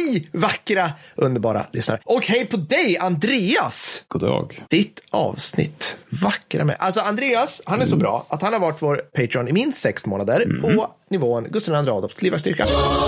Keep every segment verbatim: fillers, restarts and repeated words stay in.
ni vackra, underbara lyssnare. Och hej på dig, Andreas. God dag. Ditt avsnitt, vackra med. Alltså Andreas, han är mm. så bra att han har varit vår Patreon i minst sex månader mm. på nivån Gustav II Adolfs livsstyrka.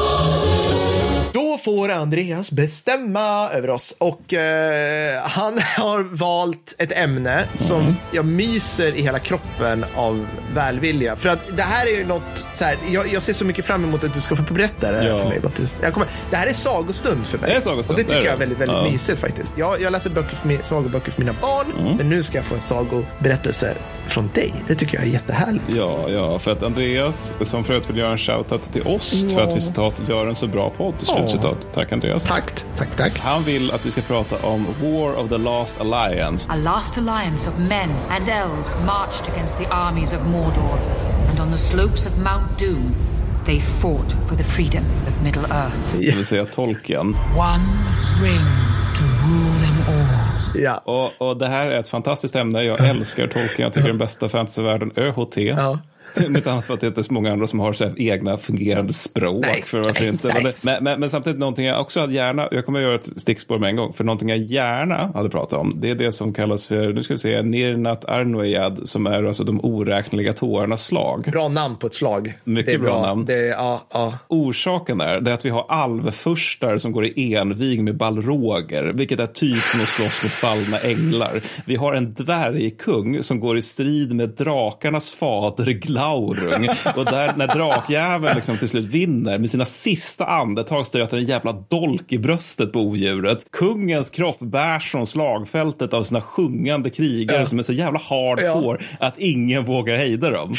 Då får Andreas bestämma över oss och eh, han har valt ett ämne som mm. jag myser i hela kroppen av välvilja. För att det här är ju något så här, jag, jag ser så mycket fram emot att du ska få berätta det ja. för mig. Jag kommer, det här är sagostund för mig. Det är sagostund. Och det tycker det är jag är väldigt, väldigt ja. mysigt faktiskt. Jag, jag läser böcker för, sagoböcker för mina barn, mm. men nu ska jag få en sagoberättelse från dig. Det tycker jag är jättehärligt. Ja, ja, för att Andreas som förut vill göra en shoutout till oss ja. för att vi citat gör en så bra podd. Slutcitat. Tack Andreas. Tack, tack, tack. Han vill att vi ska prata om War of the Last Alliance. A last alliance of men and elves marched against the armies of Mordor, and on the slopes of Mount Doom they fought for the freedom of Middle Earth. Det vill säga Tolkien. One ring to rule them all. Ja. Och, och det här är ett fantastiskt ämne. Jag älskar Tolkien. Jag tycker den bästa fantasyvärlden Ö H T. Ja. Inte annars för att det inte är så många andra som har så här egna fungerande språk. Nej, för varför nej, inte. Nej. Men, men, men, men samtidigt någonting jag också hade gärna, jag kommer att göra ett stickspår med en gång, för någonting jag gärna hade pratat om, det är det som kallas för, nu ska vi se, Nirnat Arnoyad, som är alltså de oräkneliga tårarnas slag. Bra namn på ett slag. Mycket det är bra, bra namn. Det är, ja, ja. Orsaken är, det är att vi har alvfurstar som går i envig med balroger, vilket är typ att slåss mot fallna änglar. Vi har en dvärgkung som går i strid med drakarnas fader Glaurung. Och där när drakjäveln liksom till slut vinner med sina sista andetag stöter en jävla dolk i bröstet på odjuret. Kungens kropp bärs från slagfältet av sina sjungande krigare ja. som är så jävla hardcore ja. att ingen vågar hejda dem.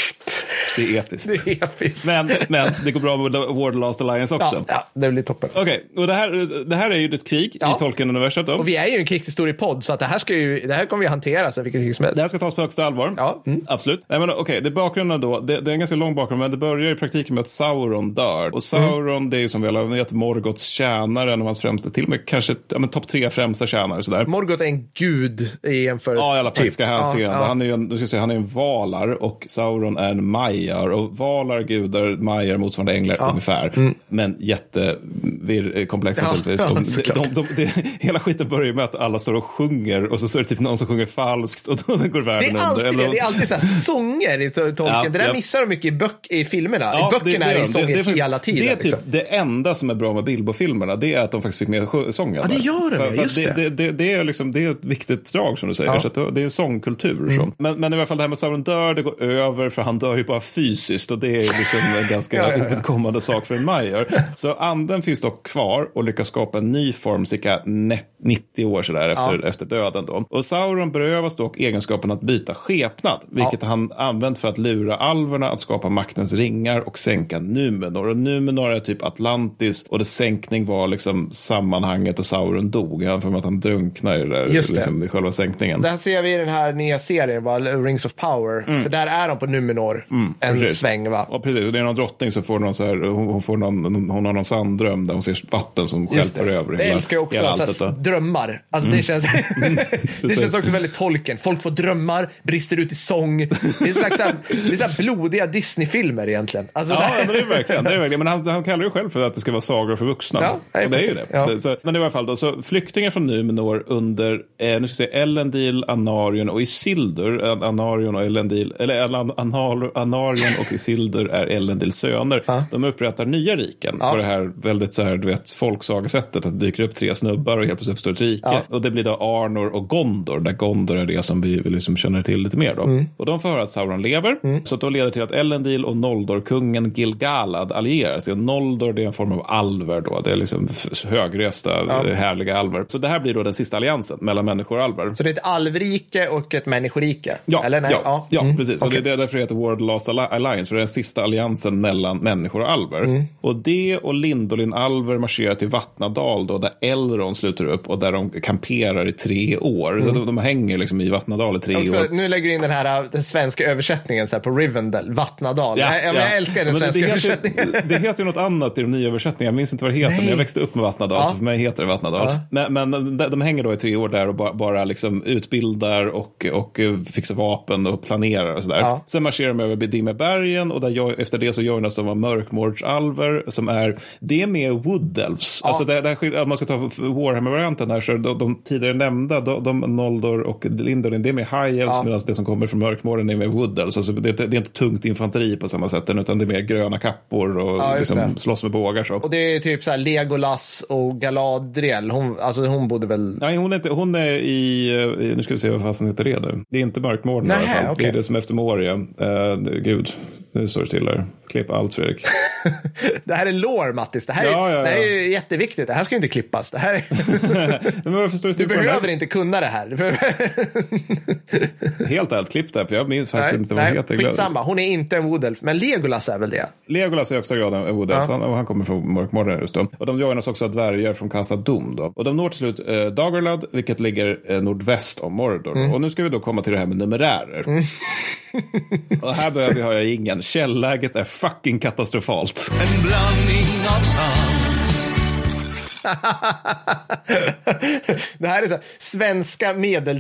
Det är episkt. Det är episkt. Men, men det går bra med War of the Last Alliance också. Ja, ja det blir toppen. Okej, okay, och det här, det här är ju ett krig ja. i Tolkien-universum. Och vi är ju en krigshistoriepodd, så att det här ska ju, det här kommer vi hantera så vilket krig som helst. Det här ska tas på högsta allvar. Ja. Mm. Absolut. Nej, men okej, okay, det är bakgrunden då. Det, det är en ganska lång bakgrund, men det börjar i praktiken med att Sauron dör. Och Sauron, mm. det är ju som vi alla vet Morgoths tjänare, en av hans främsta, till och med kanske ja, men topp tre främsta tjänare sådär. Morgoth är en gud i jämförelse. Ja, i alla praktiska typ. hänseenden. Ja, ja. Han är ju en, du ska säga, han är en valar och Sauron är en majar. Och valar, gudar, majar, motsvarande änglar ja. ungefär. Mm. Men jättekomplext ja, naturligtvis. Ja, de, de, de, de, hela skiten börjar med att alla står och sjunger och så står det typ någon som sjunger falskt och då går världen under. Det är alltid under. det. Det är alltid så här sånger i Tolkien. Ja, det där ja. missar de mycket i, böck, i filmerna. Ja, I böckerna det, det, är det sånger det, det, hela tiden. Det är typ liksom. Det enda som är bra med Bilbo-filmerna, det är att de faktiskt fick med sången. Ja, det gör de, för, för just det. Det, det, det, är liksom, det är ett viktigt drag som du säger. Ja. Så att det är en sångkultur. Mm. Så. Men, men i alla fall det här med Sauron dör, det går över för han dör ju bara fysiskt och det är liksom en ganska ja, ja, ja. kommande sak för en majer. Så anden finns dock kvar och lyckas skapa en ny form cirka nittio år sådär efter, ja. efter döden då. Och Sauron berövas dock egenskapen att byta skepnad, vilket ja. han använt för att lura alverna att skapa maktens ringar och sänka Numenor. Och Numenor är typ Atlantis och dess sänkning var liksom sammanhanget och Sauron dog. Jag för att han drunknar i, där, liksom, i själva sänkningen. Det här ser vi i den här nya serien, va? Rings of Power. Mm. För där är de på Numenor mm, en precis. sväng, va? Ja, precis. Och det är någon drottning som får någon så här, hon, hon får någon, hon har någon sanddröm där hon ser vatten som skälper över. Det älskar jag också, så här, drömmar. Alltså mm. det känns det känns också väldigt Tolkien. Folk får drömmar, brister ut i sång. Det är slags så här, det är så här blodiga Disney-filmer egentligen. Alltså, ja, men det är verkligen, det är verkligen. Men han, han kallar det själv för att det ska vara sagor för vuxna. Ja, det är, det är ju det. Ja. Så, så, men i alla fall då, så flyktingar från Numenor under, eh, nu ska jag säga, Elendil, Anarion och Isildur, Anarion och Elendil, eller Anal, Anarion och Isildur är Elendils söner. Ja. De upprättar nya riken ja. på det här väldigt så här, du vet, folksagesättet att det dyker upp tre snubbar och helt plötsligt uppstår ett rike. Ja. Och det blir då Arnor och Gondor, där Gondor är det som vi liksom känner till lite mer då. Mm. Och de får höra att Sauron lever, mm. så att då leder till att Elendil och Noldor-kungen Gil-galad allierar sig. Och Noldor, det är en form av alver då. Det är liksom högresta, ja. härliga alver. Så det här blir då den sista alliansen mellan människor och alver. Så det är ett alvrike och ett människorike? Ja, eller nej? ja, ja. ja mm. precis. Okay. Och det är därför det heter War of the Last Alliance, för det är den sista alliansen mellan människor och alver. Mm. Och det och Lindolin-alver marscherar till Vattnadal då, där Elrond sluter upp och där de kamperar i tre år. Mm. De, de hänger liksom i Vattnadal i tre också, år. Nu lägger du in den här den svenska översättningen så här på Rivendell, Vattnadal. Ja, jag, jag, jag älskar den svenska det översättningen. Heter, det heter ju något annat i de nya översättningarna. Jag minns inte vad det heter, Nej. men jag växte upp med Vattnadal, ja. så för mig heter det Vattnadal. Ja. Men, men de, de hänger då i tre år där och bara, bara liksom utbildar och, och fixar vapen och planerar och sådär. Ja. Sen marscherar de över Bedim med bergen och där jag, efter det så joinas de av mörkmordsalver som är, det är mer Wood Elves. Ja. Alltså det, det, om man ska ta Warhammer-varianten här så de, de tidigare nämnda, de, de Noldor och Lindolin, det är mer High Elves, ja. Medan det som kommer från mörkmorden är mer Wood Elves. Alltså det, det är inte tungt infanteri på samma sätt, utan det är mer gröna kappor och ja, liksom slåss med bågar så. Och det är typ så här Legolas och Galadriel. Hon, alltså hon borde väl... Nej, hon är, inte, hon är i, nu ska vi se vad fasen heter det nu. Det är inte mörkmorden. Nej, okay. Det är det som efter Moria. Uh, gud, nu står det till där. Klipp allt, Fredrik. Det här är lore, Mattis. Det här, ja, ja, ja. Det här är jätteviktigt. Det här ska inte klippas. Det här är... Men varför står det du behöver inte kunna det här. Helt ärligt klipp där, för jag minns faktiskt inte vad nej, heter. Skitsamma, hon är inte en Wood Elf, men Legolas är väl det? Legolas är i högsta grad en Wood Elf, ja. han, och han kommer från mörkmorden just då. Och de joinas också av dvärgar från Casa Dom då. Och de når till slut eh, Dagorlad, vilket ligger eh, nordväst om Mordor. Mm. Och nu ska vi då komma till det här med numerärer. Mm. Och här behöver vi höra ingen. Källläget är fucking katastrofalt. En blandning av sant. Det här är så här, svenska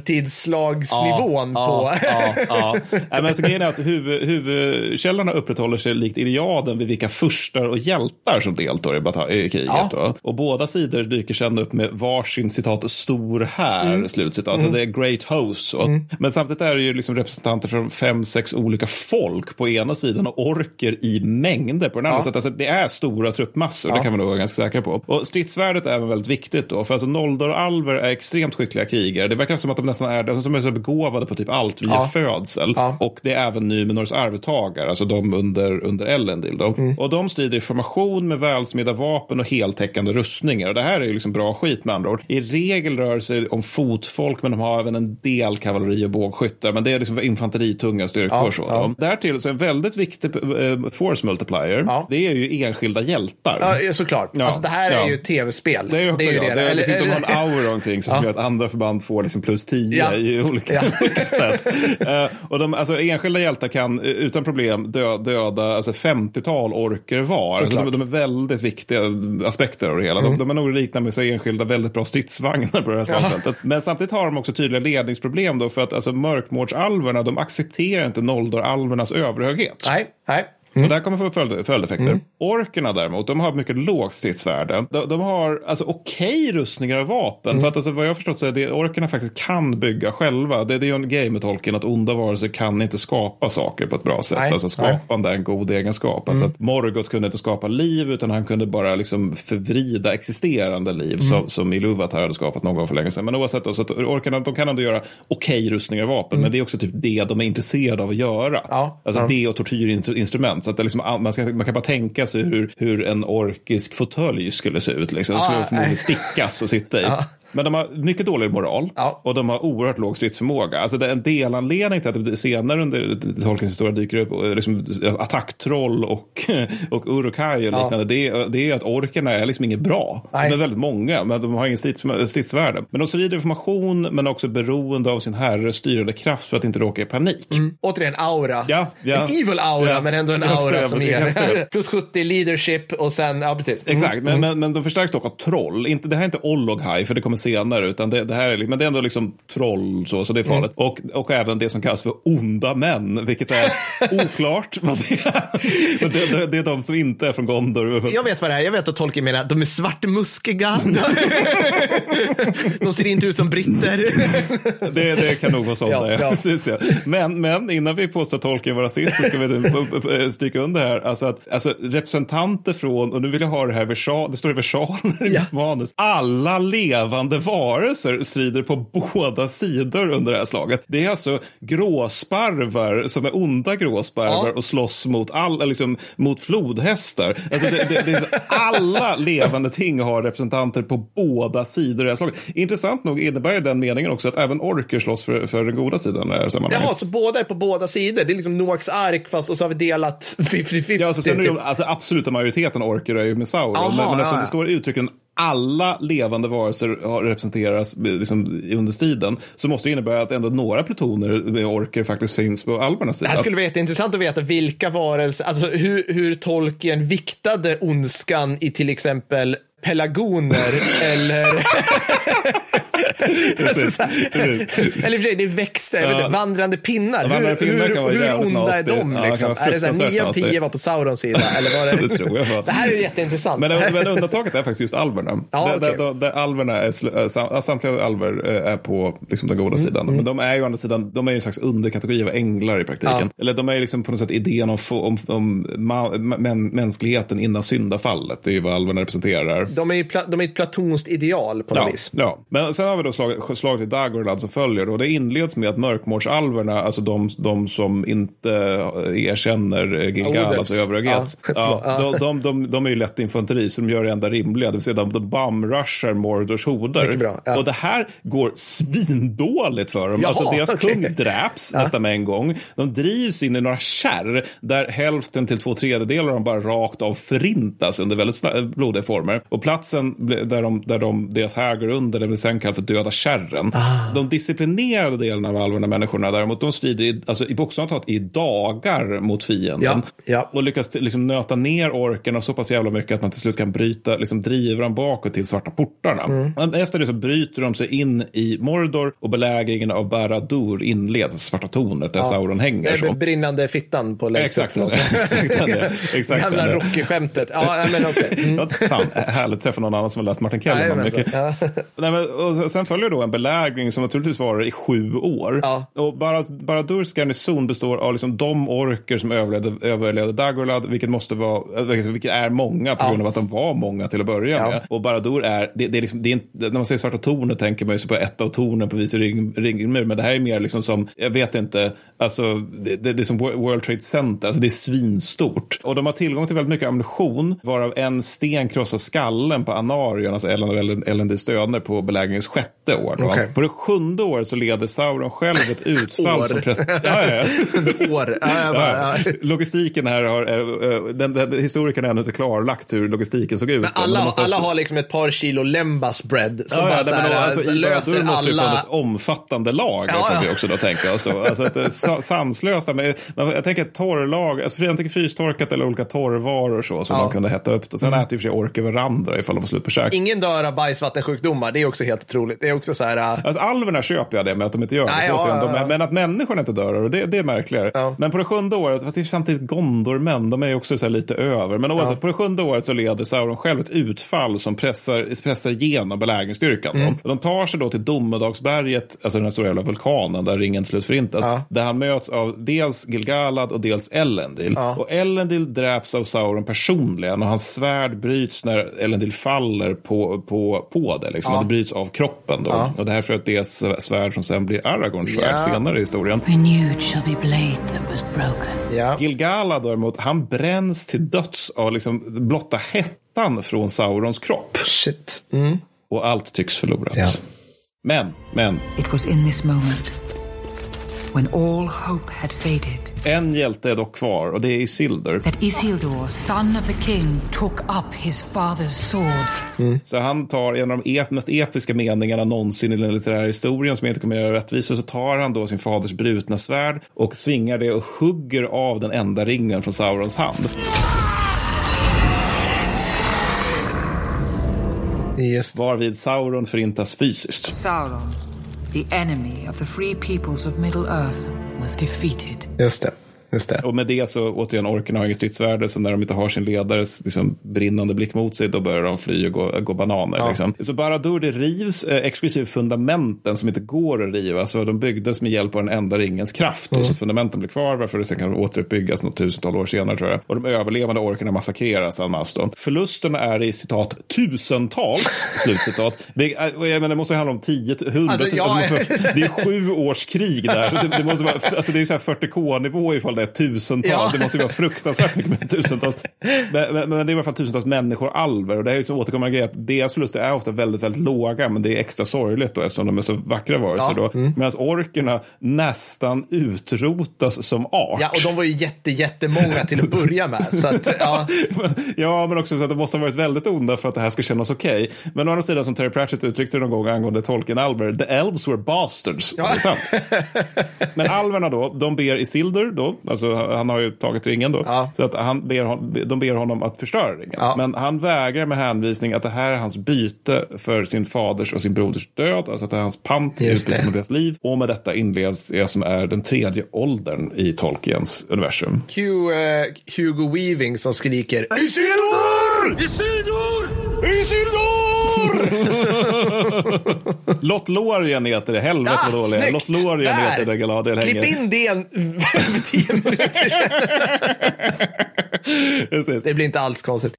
medeltidsslagsnivån ja, på... ja, ja, ja. Nej, men så grejen är att huvud, huvudkällorna upprätthåller sig likt Iliaden vid vilka furstar och hjältar som deltar i, bata- i kriget. Ja. Då. Och båda sidor dyker sedan upp med varsin citat stor här, mm. slutcitat. Alltså mm. det är great hosts. Och, mm. Men samtidigt är det ju liksom representanter från fem, sex olika folk på ena sidan och orker i mängder på den andra. Ja. Så att, alltså, det är stora truppmassor, ja. Det kan man nog vara ganska säker på. Och stridsvärdet är även väldigt viktigt då, för alltså Noldor och alver är extremt skickliga krigare. Det verkar som att de nästan är, de som är så begåvade på typ allt via ja. födsel. Ja. Och det är även Numenors arvtagare, alltså de under, under Elendil då. Mm. Och de strider i formation med välsmedda vapen och heltäckande rustningar. Och det här är ju liksom bra skit med andra ord. I regel rör det sig om fotfolk, men de har även en del kavalleri och bågskyttar. Men det är liksom infanteritunga styrkor. Ja. Så. Ja. Därtill så är en väldigt viktig uh, force multiplier. Ja. Det är ju enskilda hjältar. Ja, såklart. Ja. Alltså det här är ja. ju tv-spel. Det är ju också det. Är ju det. Det är, eller, liksom, eller, de har en aura omkring som ja. gör att andra förband får liksom plus tio ja. i olika, ja. olika stats. uh, och de, alltså, enskilda hjältar kan utan problem dö, döda alltså, femtiotal orker var. Alltså, de, de är väldigt viktiga aspekter av det hela. Mm. De, de är nog liknande med sig enskilda väldigt bra stridsvagnar på det här slagfältet. Ja. Men samtidigt har de också tydliga ledningsproblem då, för att alltså, mörkmordsalverna, de accepterar inte Noldor-alvernas överhöghet. Nej, nej. Mm. Och där kommer få följd, följdeffekter. Mm. Orkerna däremot, de har mycket lågt stridsvärde. De, de har alltså okej okay rustningar och vapen. Mm. För att alltså, vad jag har förstått så är det orkerna faktiskt kan bygga själva. Det, det är ju en grej med Tolkien att onda varelser kan inte skapa saker på ett bra sätt. Nej. Alltså skapande är en god egenskap. Mm. Alltså att Morgoth kunde inte skapa liv, utan han kunde bara liksom förvrida existerande liv mm. som, som Ilúvatar hade skapat någon gång för länge sedan. Men oavsett då, så att orkerna, de kan ändå göra okej okay rustningar och vapen. Mm. Men det är också typ det de är intresserade av att göra. Ja. Alltså ja. det och tortyrinstrument. Så att det liksom, man, ska, man kan bara tänka sig hur, hur en orkisk fåtölj skulle se ut. Liksom. Det skulle ah, förmodligen stickas och sitta i. Ah. Men de har mycket dålig moral ja. och de har oerhört låg stridsförmåga. Alltså det är en delanledning till att det senare under Tolkiens historia dyker upp liksom, attacktroll och, och Uruk-hai och liknande. Ja. Det, är, det är att orkerna är liksom inget bra. Nej. De är väldigt många, men de har ingen strids, stridsvärde. Men de sprider information, men också beroende av sin herre styrande kraft för att inte råka i panik. Mm. Återigen aura. Ja, ja. En evil aura, ja. men ändå en aura högsta, som ger plus sjuttio leadership och sen, ja precis. Mm. Exakt, men, mm. men, men de förstärks dock av troll. Inte, det här är inte Olog-hai, för det kommer senare, utan det, det här är, men det är ändå liksom troll så, så det är farligt. Mm. Och, och även det som kallas för onda män, vilket är oklart vad det är. det, det, det är de som inte är från Gondor. Jag vet vad det är, jag vet att Tolkien menar, de är svartmuskiga. De ser inte ut som britter. det, det kan nog vara sånt. Ja, ja. Precis, ja. Men, men innan vi påstår att Tolkien var rasist så ska vi stryka under här. Alltså, att, alltså representanter från, och nu vill jag ha det här versal, det står i versaler i ja. mitt manus. Alla levande varelser strider på båda sidor under det här slaget. Det är alltså gråsparvar som är onda gråsparvar ja. och slåss mot, all, liksom, mot flodhästar. Alltså det, det, det är så, alla levande ting har representanter på båda sidor i det här slaget. Intressant nog innebär den meningen också att även orker slåss för, för den goda sidan. Jaha, så båda är på båda sidor. Det är liksom Noaks ark fast och så har vi delat femtio femtio. Ja, alltså, sen är det, alltså absoluta majoriteten orker är ju med Sauron. Aha, men men alltså, det står i uttrycken alla levande varelser har representeras liksom, under striden, så måste det innebära att ändå några plutoner med orker faktiskt finns på alvernas sida. Det här skulle vara jätteintressant att veta vilka varelser, alltså hur, hur Tolkien viktade ondskan i till exempel pelagoner eller alltså, så här, eller för sig, det är växter, ja. vet, vandrande pinnar. Ja, vandrande hur pinnar hur, hur onda nasty. Är de? Liksom? Ja, är det så här, nio av tio var på Saurons sida? Eller var det? Det tror jag. För. Det här är ju jätteintressant. Men, men undantaget är faktiskt just alverna. Ja, där, okay. där, där alverna är, samtliga alver är på liksom, den goda mm, sidan. Mm. Men de är ju å andra sidan, de är ju en slags underkategori av änglar i praktiken. Ja. Eller de är liksom på något sätt idén om, om, om ma, mä, mänskligheten innan syndafallet. Det är ju vad alverna representerar. De är ju pla, de är ett platonskt ideal på något ja, vis. Ja, men sen har vi då slaget slag i Dagorlad som följer. Och det inleds med att mörkmårdsalverna, alltså de, de som inte erkänner Gilgalas överhöghet, ja, ja, de, de, de, de är ju lätt infanteri, så de gör det enda rimliga. Det vill säga de, de bumrushar Mordors horder. Ja. Och det här går svindåligt för dem. Ja, alltså deras okay. kung dräps ja. nästan med en gång. De drivs in i några kärr där hälften till två tredjedelar de bara rakt av förintas under väldigt blodiga former. Och platsen där, de, där de, deras här går under, det vill sen kallas för döda kärren. Ah. De disciplinerade delarna av alverna människorna däremot, de strider i, alltså, i bokstavligt i dagar mot fienden. Ja. Ja. Och lyckas liksom nöta ner orkerna så pass jävla mycket att man till slut kan bryta, liksom driva dem bakåt till svarta portarna. Mm. Efter det så bryter de sig in i Mordor och belägringen av Barad-dûr inleds, svarta tornet där ja. Sauron hänger. Det är brinnande fittan på längst exakt, upp. Exakt, exakt. Gamla Rocky-skämtet. Ja, men okej. Okay. Mm. Ja, fan, härligt att träffa någon annan som har läst Martin Keller. Nej, mycket. Ja. Nej, men, och sen följer då en belägring som naturligtvis varar i sju år. Ja. Och Barad-dûrs garnison består av liksom de orker som överlevde, överlevde Dagorlad, vilket måste vara, vilket är många på grund ja. av att de var många till att börja ja. med. Och Barad-dûr är, det, det är liksom, det är inte, när man säger svarta tornet tänker man ju så på ett av tornen på vis ring, ringmur, men det här är mer liksom som, jag vet inte, alltså det, det, det är som World Trade Center, alltså det är svinstort. Och de har tillgång till väldigt mycket ammunition, varav en sten krossar skallen på Anarion, alltså Elendils söner på belägringens sjätte år. Okay. På det sjunde året så leder Sauron själv ett utfall som präst... Ja, ja, ja. år. Ja, ja, bara, ja. Logistiken här har, den, den, historikern har ännu inte klarlagt hur logistiken såg ut. Men alla, men alla har liksom ett par kilo lembas bread som ja, bara ja, så här, men, alltså, så löser alla... måste ju finnas omfattande lager ja, ja. får vi också då tänka oss. Alltså ett sanslösa, men jag tänker ett torrlag, alltså jag tänker frystorkat eller olika torrvaror så, som ja. de kunde hetta upp. Och sen mm. äter ju för sig orker varandra ifall de får slut på käk. Ingen dör av bajsvattensjukdomar, det är också helt otroligt. Det är också så här... Uh... Alltså alverna köper jag det med att de inte gör det. Nej, ja, ja, ja. Men att människorna inte dör, och det, det är märkligare. Ja. Men på det sjunde året, fast det är samtidigt Gondor-män, de är också så här lite över. Men oavsett, ja. på det sjunde året så leder Sauron själv ett utfall som pressar, pressar igenom belägringsstyrkan. Mm. De tar sig då till Domedagsberget, alltså den här stora jävla vulkanen där ringen slut förintas, ja. där han möts av dels Gilgalad och dels Elendil. Ja. Och Elendil dräps av Sauron personligen, och hans svärd bryts när Elendil faller på, på, på det. Liksom. Ja. Det bryts av kroppen då. Ja. Och det här för att det är svärd som sen blir Aragorns svärd ja. senare i historien. Renewed shall be blade that was broken. Ja. Gilgalad däremot, han bränns till döds av liksom blotta hettan från Saurons kropp. Shit. Mm. Och allt tycks förlorat. Ja. Men, men... It was in this moment when all hope had faded. En hjälte är dock kvar, och det är Isildur. That Isildur, son of the king, took up his father's sword. Mm. Så han tar en av de ep- mest episka meningarna någonsin i den litterära historien, som jag inte kommer att göra rättvisa, så tar han då sin faders brutna svärd och svingar det och hugger av den enda ringen från Saurons hand. Just. Varvid Sauron förintas fysiskt. Sauron, the enemy of the free peoples of Middle Earth, was defeated. Just det. Just det. Och med det så återigen orkerna har ingen stridsvärde, så när de inte har sin ledares liksom, brinnande blick mot sig, då börjar de fly och gå, gå bananer. Ja. Liksom. Så Barad-dûr, det rivs eh, exklusive fundamenten som inte går att riva, så de byggdes med hjälp av den enda ringens kraft. Mm. Och så fundamenten blir kvar, varför det sen kan återuppbyggas något tusental år senare, tror jag. Och de överlevande orkerna massakreras en mass då. Förlusterna är i citat tusentals, slutcitat. Det, jag menar, det måste handla om tio, hundra, alltså, jag... det, måste vara, det är sju års krig där. Så det, det måste vara, alltså det är så här fyrtio K-nivå ifall det är tusentals. Ja. Det måste ju vara fruktansvärt mycket med tusentals. Men, men, men det är i alla fall tusentals människor, alver. Och det är ju så återkommande grej att deras förluster är ofta väldigt, väldigt låga, men det är extra sorgligt då, eftersom de är så vackra varelser. Ja. Mm. Medan orkerna nästan utrotas som art. Ja, och de var ju jätte, jättemånga till att börja med. Så att, ja. ja, men också så att de måste ha varit väldigt onda för att det här ska kännas okej. Okay. Men å andra sidan, som Terry Pratchett uttryckte någon gång angående Tolkien-alver, the elves were bastards. Ja. Det är sant. Men alverna då, de ber Isildur då, Alltså, han har ju tagit ringen då. Ja. Så att han ber hon, de ber honom att förstöra ringen. Ja. Men han vägrar med hänvisning att det här är hans byte för sin faders och sin broders död. Alltså att det är hans pant i utbyte mot deras liv. Och med detta inleds det som är den tredje åldern i Tolkiens universum. Q, uh, Hugo Weaving som skriker Isildur! Isildur! Isildur! Lothlórien heter det. Helvete ja, vad dåliga. Lothlórien heter det Galadriel hänger. Klipp in det en tio minuter sedan. Det blir inte alls konstigt.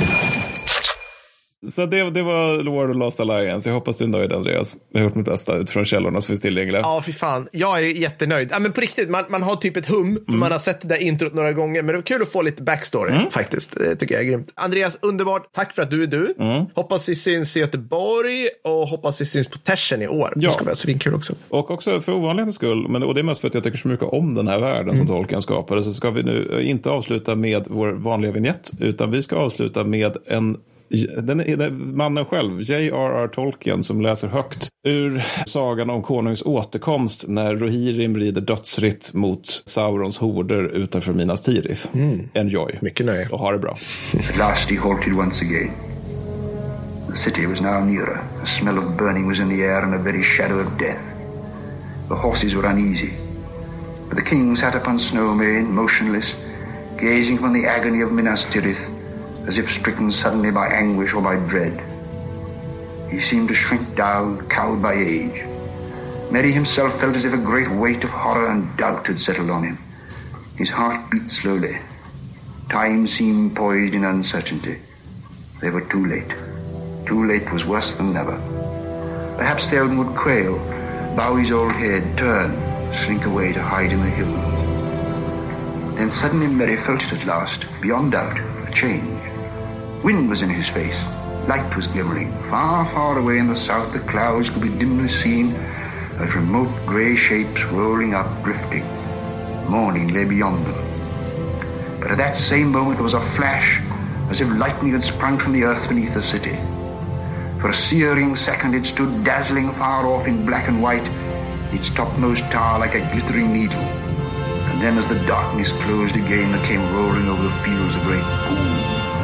Så det, det var Lord of Lost Alliance. Jag hoppas du är nöjd, Andreas. Jag har gjort mitt bästa utifrån källorna som finns tillgängliga. Ja, fy fan. Jag är jättenöjd. Ja, men på riktigt, man, man har typ ett hum. För mm. man har sett det där introt några gånger. Men det var kul att få lite backstory mm. faktiskt. Det tycker jag är grymt. Andreas, underbart. Tack för att du är du. Mm. Hoppas vi syns i Göteborg. Och hoppas vi syns på Tersen i år. Ja. Det ska vara så kul också. Och också för ovanlighetens skull. Men, och det är mest för att jag tycker så mycket om den här världen mm. som Tolkien skapade. Så ska vi nu inte avsluta med vår vanliga vignett. Utan vi ska avsluta med en Den är, den, mannen själv, J R R Tolkien, som läser högt ur sagan om konungs återkomst när Rohirrim rider dödsritt mot Saurons horder utanför Minas Tirith. Mm. Enjoy. Mycket nöje. Och ha det bra. At last he halted once again. The city was now nearer. A smell of burning was in the air and a very shadow of death. The horses were uneasy. But the king sat upon Snowmane, motionless, gazing upon the agony of Minas Tirith, as if stricken suddenly by anguish or by dread. He seemed to shrink down, cowed by age. Merry himself felt as if a great weight of horror and doubt had settled on him. His heart beat slowly. Time seemed poised in uncertainty. They were too late. Too late was worse than never. Perhaps Theoden would quail, bow his old head, turn, slink away to hide in the hills. Then suddenly Merry felt it at last, beyond doubt, a change. Wind was in his face. Light was glimmering. Far, far away in the south, the clouds could be dimly seen as remote grey shapes rolling up, drifting. Morning lay beyond them. But at that same moment there was a flash, as if lightning had sprung from the earth beneath the city. For a searing second it stood dazzling far off in black and white, its topmost tower like a glittering needle. And then as the darkness closed again, there came rolling over the fields a great boom.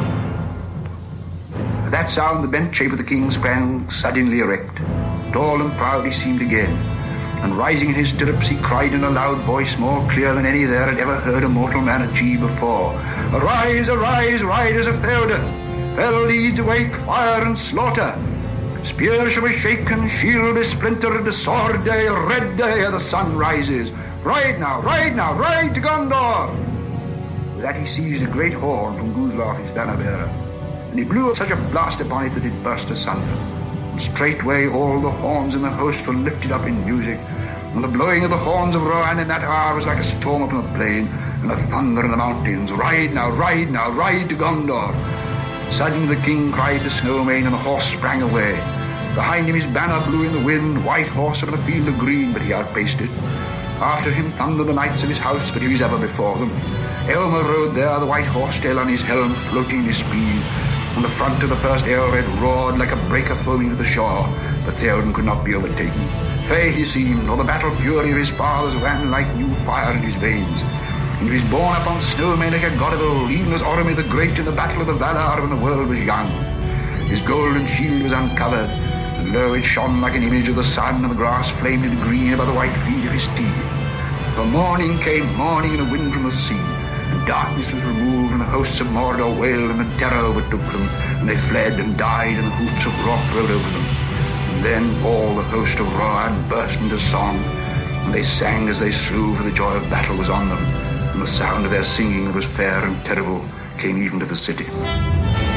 At that sound, the bent shape of the king sprang suddenly erect. Tall and proud he seemed again, and rising in his stirrups he cried in a loud voice more clear than any there had ever heard a mortal man achieve before. Arise, arise, riders of Theoden! Fell leads awake, fire and slaughter! Spear shall be shaken, shield be splintered, the sword day, red day, ere the sun rises. Ride now, ride now, ride to Gondor! With that he seized a great horn from Guzlaf, his banner-bearer, and he blew such a blast upon it that it burst asunder. And straightway all the horns in the host were lifted up in music, and the blowing of the horns of Rohan in that hour was like a storm upon the plain, and a thunder in the mountains. Ride now, ride now, ride to Gondor! Suddenly the king cried to Snowmane, and the horse sprang away. Behind him his banner blew in the wind, white horse upon a field of green, but he outpaced it. After him thundered the knights of his house, but he was ever before them. Elmer rode there, the white horse tail on his helm, floating his speed. On the front of the first Aelred roared like a breaker foaming to the shore, but Theoden could not be overtaken. Fey he seemed, nor the battle fury of his fathers ran like new fire in his veins. And he was born upon Snowmane like a god of old, even as Orome the Great in the battle of the Valar when the world was young. His golden shield was uncovered, and lo, it shone like an image of the sun, and the grass flamed into green above the white feet of his steed. For morning came, morning, and a wind from the sea, and darkness was removed, and the hosts of Mordor wailed, and the terror overtook them, and they fled and died, and the hoofs of Roth rode over them. And then all the host of Rohan burst into song, and they sang as they slew, for the joy of battle was on them, and the sound of their singing that was fair and terrible came even to the city.